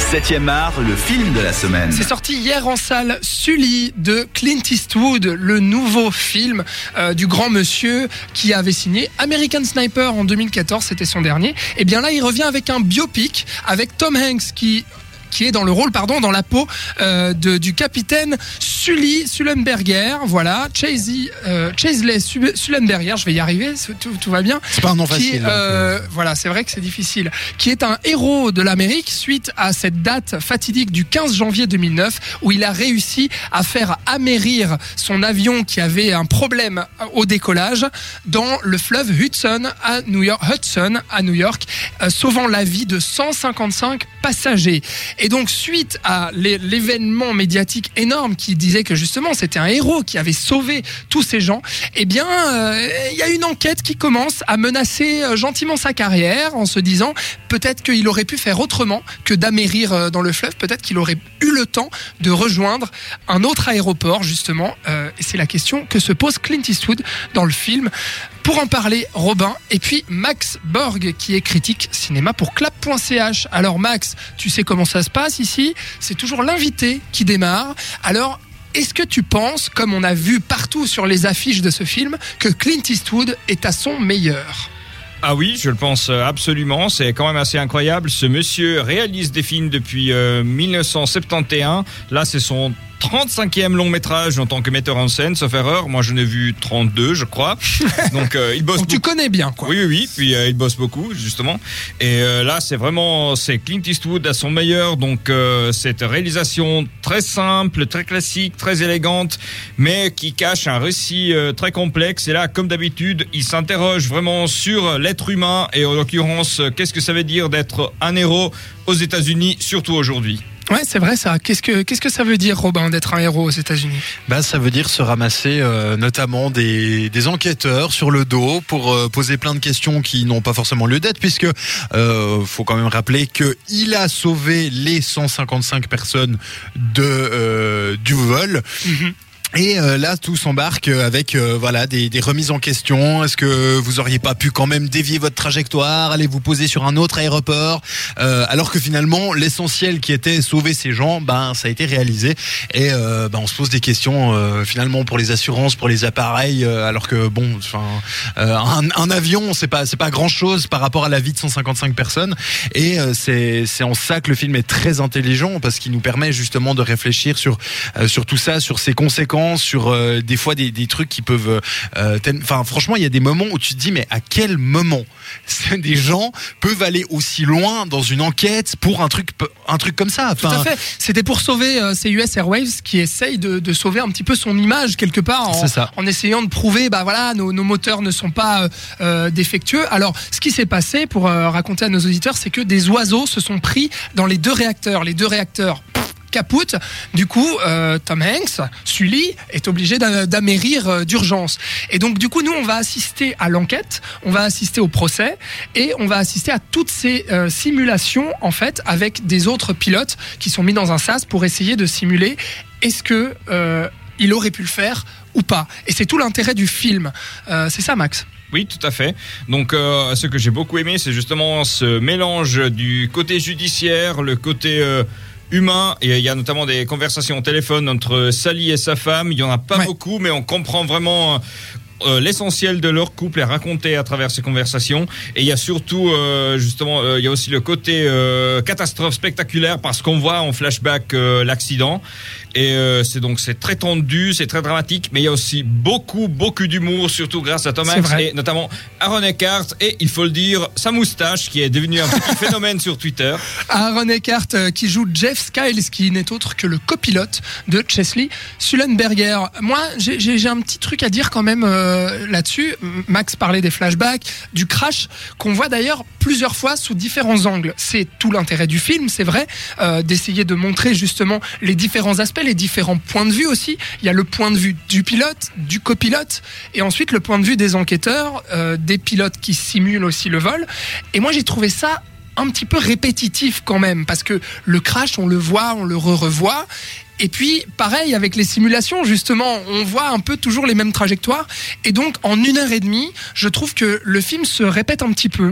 7e art, le film de la semaine. C'est sorti hier en salle, Sully de Clint Eastwood, le nouveau film du grand monsieur qui avait signé American Sniper en 2014, c'était son dernier. Et bien là, il revient avec un biopic avec Tom Hanks qui est dans le rôle, dans la peau du capitaine Sullenberger, voilà, Chesley Sullenberger, je vais y arriver, tout va bien. C'est pas un nom facile. Voilà, c'est vrai que c'est difficile. Qui est un héros de l'Amérique suite à cette date fatidique du 15 janvier 2009 où il a réussi à faire amérir son avion qui avait un problème au décollage dans le fleuve Hudson à New York, sauvant la vie de 155 passagers. Et donc, suite à l'événement médiatique énorme qui disait que justement c'était un héros qui avait sauvé tous ces gens, eh bien, il y a une enquête qui commence à menacer gentiment sa carrière en se disant peut-être qu'il aurait pu faire autrement que d'amérir dans le fleuve, peut-être qu'il aurait eu le temps de rejoindre un autre aéroport justement. Et c'est la question que se pose Clint Eastwood dans le film. Pour en parler, Robin et puis Max Borg qui est critique cinéma pour clap.ch. Alors Max, tu sais comment ça se passe ici, c'est toujours l'invité qui démarre. Alors, est-ce que tu penses, comme on a vu partout sur les affiches de ce film, que Clint Eastwood est à son meilleur ? Ah oui, je le pense absolument. C'est quand même assez incroyable. Ce monsieur réalise des films depuis 1971. Là, c'est son 35e long métrage en tant que metteur en scène, sauf erreur. Moi, je n'ai vu 32, je crois. Donc, il bosse. Donc, tu connais bien, quoi. Oui. Puis, il bosse beaucoup, justement. Et là, c'est Clint Eastwood à son meilleur. Donc, cette réalisation très simple, très classique, très élégante, mais qui cache un récit très complexe. Et là, comme d'habitude, il s'interroge vraiment sur l'être humain et en l'occurrence, qu'est-ce que ça veut dire d'être un héros aux États-Unis, surtout aujourd'hui. Ouais, c'est vrai ça. Qu'est-ce que ça veut dire, Robin, d'être un héros aux États-Unis ? Ça veut dire se ramasser notamment des enquêteurs sur le dos pour poser plein de questions qui n'ont pas forcément lieu d'être, puisque faut quand même rappeler que il a sauvé les 155 personnes du vol. Mm-hmm. Et là, tout s'embarque avec des remises en question. Est-ce que vous auriez pas pu quand même dévier votre trajectoire, aller vous poser sur un autre aéroport, alors que finalement l'essentiel qui était sauver ces gens, ça a été réalisé. Et on se pose des questions finalement pour les assurances, pour les appareils, alors que un avion c'est pas grand chose par rapport à la vie de 155 personnes. Et c'est en ça que le film est très intelligent parce qu'il nous permet justement de réfléchir sur tout ça, sur ses conséquences, sur des fois des trucs qui peuvent franchement il y a des moments où tu te dis mais à quel moment des gens peuvent aller aussi loin dans une enquête pour un truc comme ça. Tout à fait. C'était pour sauver ces US Airways qui essayent de sauver un petit peu son image quelque part en essayant de prouver nos moteurs ne sont pas défectueux. Alors ce qui s'est passé, pour raconter à nos auditeurs, c'est que des oiseaux se sont pris dans les deux réacteurs capote. Du coup, Tom Hanks, Sully, est obligé d'amérir d'urgence. Et donc, du coup, nous, on va assister à l'enquête, on va assister au procès, et on va assister à toutes ces simulations, en fait, avec des autres pilotes qui sont mis dans un sas pour essayer de simuler est-ce que il aurait pu le faire ou pas. Et c'est tout l'intérêt du film. C'est ça, Max ? Oui, tout à fait. Donc, ce que j'ai beaucoup aimé, c'est justement ce mélange du côté judiciaire, le côté humain, et il y a notamment des conversations au téléphone entre Sally et sa femme. Il y en a pas beaucoup, mais on comprend vraiment l'essentiel de leur couple est raconté à travers ces conversations. Et il y a surtout il y a aussi le côté catastrophe spectaculaire parce qu'on voit en flashback l'accident. Et c'est très tendu, c'est très dramatique, mais il y a aussi beaucoup d'humour, surtout grâce à Tom Hanks et notamment Aaron Eckhart et, il faut le dire, sa moustache qui est devenue un petit phénomène sur Twitter. Aaron Eckhart qui joue Jeff Skiles, qui n'est autre que le copilote de Chesley Sullenberger. Moi, j'ai un petit truc à dire quand même là-dessus. Max parlait des flashbacks, du crash, qu'on voit d'ailleurs plusieurs fois sous différents angles. C'est tout l'intérêt du film, c'est vrai, d'essayer de montrer justement les différents aspects, les différents points de vue aussi. Il y a le point de vue du pilote, du copilote, et ensuite le point de vue des enquêteurs, des pilotes qui simulent aussi le vol. Et moi, j'ai trouvé ça un petit peu répétitif quand même, parce que le crash, on le voit, on le revoit. Et puis, pareil, avec les simulations, justement, on voit un peu toujours les mêmes trajectoires. Et donc, en 1h30, je trouve que le film se répète un petit peu.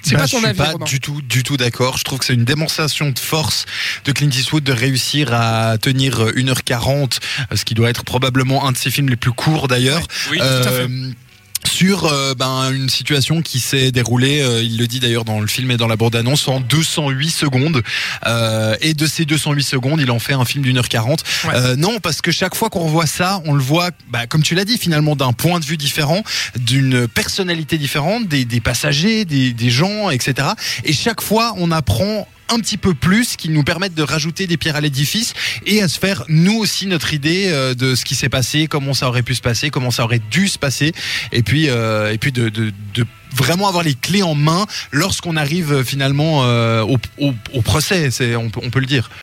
C'est pas Je ton suis avis, pas Romain? du tout d'accord. Je trouve que c'est une démonstration de force de Clint Eastwood de réussir à tenir 1h40, ce qui doit être probablement un de ses films les plus courts d'ailleurs. Oui, tout à fait. Sur une situation qui s'est déroulée, il le dit d'ailleurs dans le film et dans la bande-annonce, en 208 secondes. Et de ces 208 secondes, il en fait un film d'1h40. Ouais. Non, parce que chaque fois qu'on voit ça, on le voit, comme tu l'as dit, finalement d'un point de vue différent, d'une personnalité différente, des passagers, des gens, etc. Et chaque fois, on apprend un petit peu plus, qui nous permettent de rajouter des pierres à l'édifice et à se faire nous aussi notre idée de ce qui s'est passé, comment ça aurait pu se passer, comment ça aurait dû se passer, et puis de vraiment avoir les clés en main lorsqu'on arrive finalement au procès, on peut le dire.